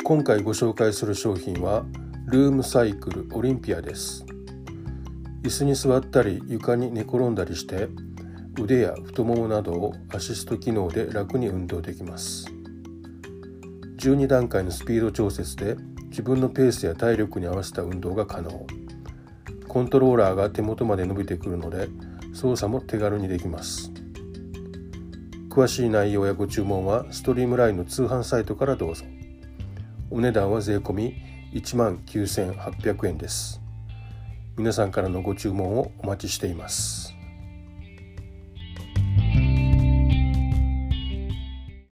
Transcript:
今回ご紹介する商品はルームサイクルオリンピアです。椅子に座ったり床に寝転んだりして腕や太ももなどをアシスト機能で楽に運動できます。12段階のスピード調節で自分のペースや体力に合わせた運動が可能。コントローラーが手元まで伸びてくるので操作も手軽にできます。詳しい内容やご注文はストリームラインの通販サイトからどうぞ。お値段は税込み19,800円です。皆さんからのご注文をお待ちしています。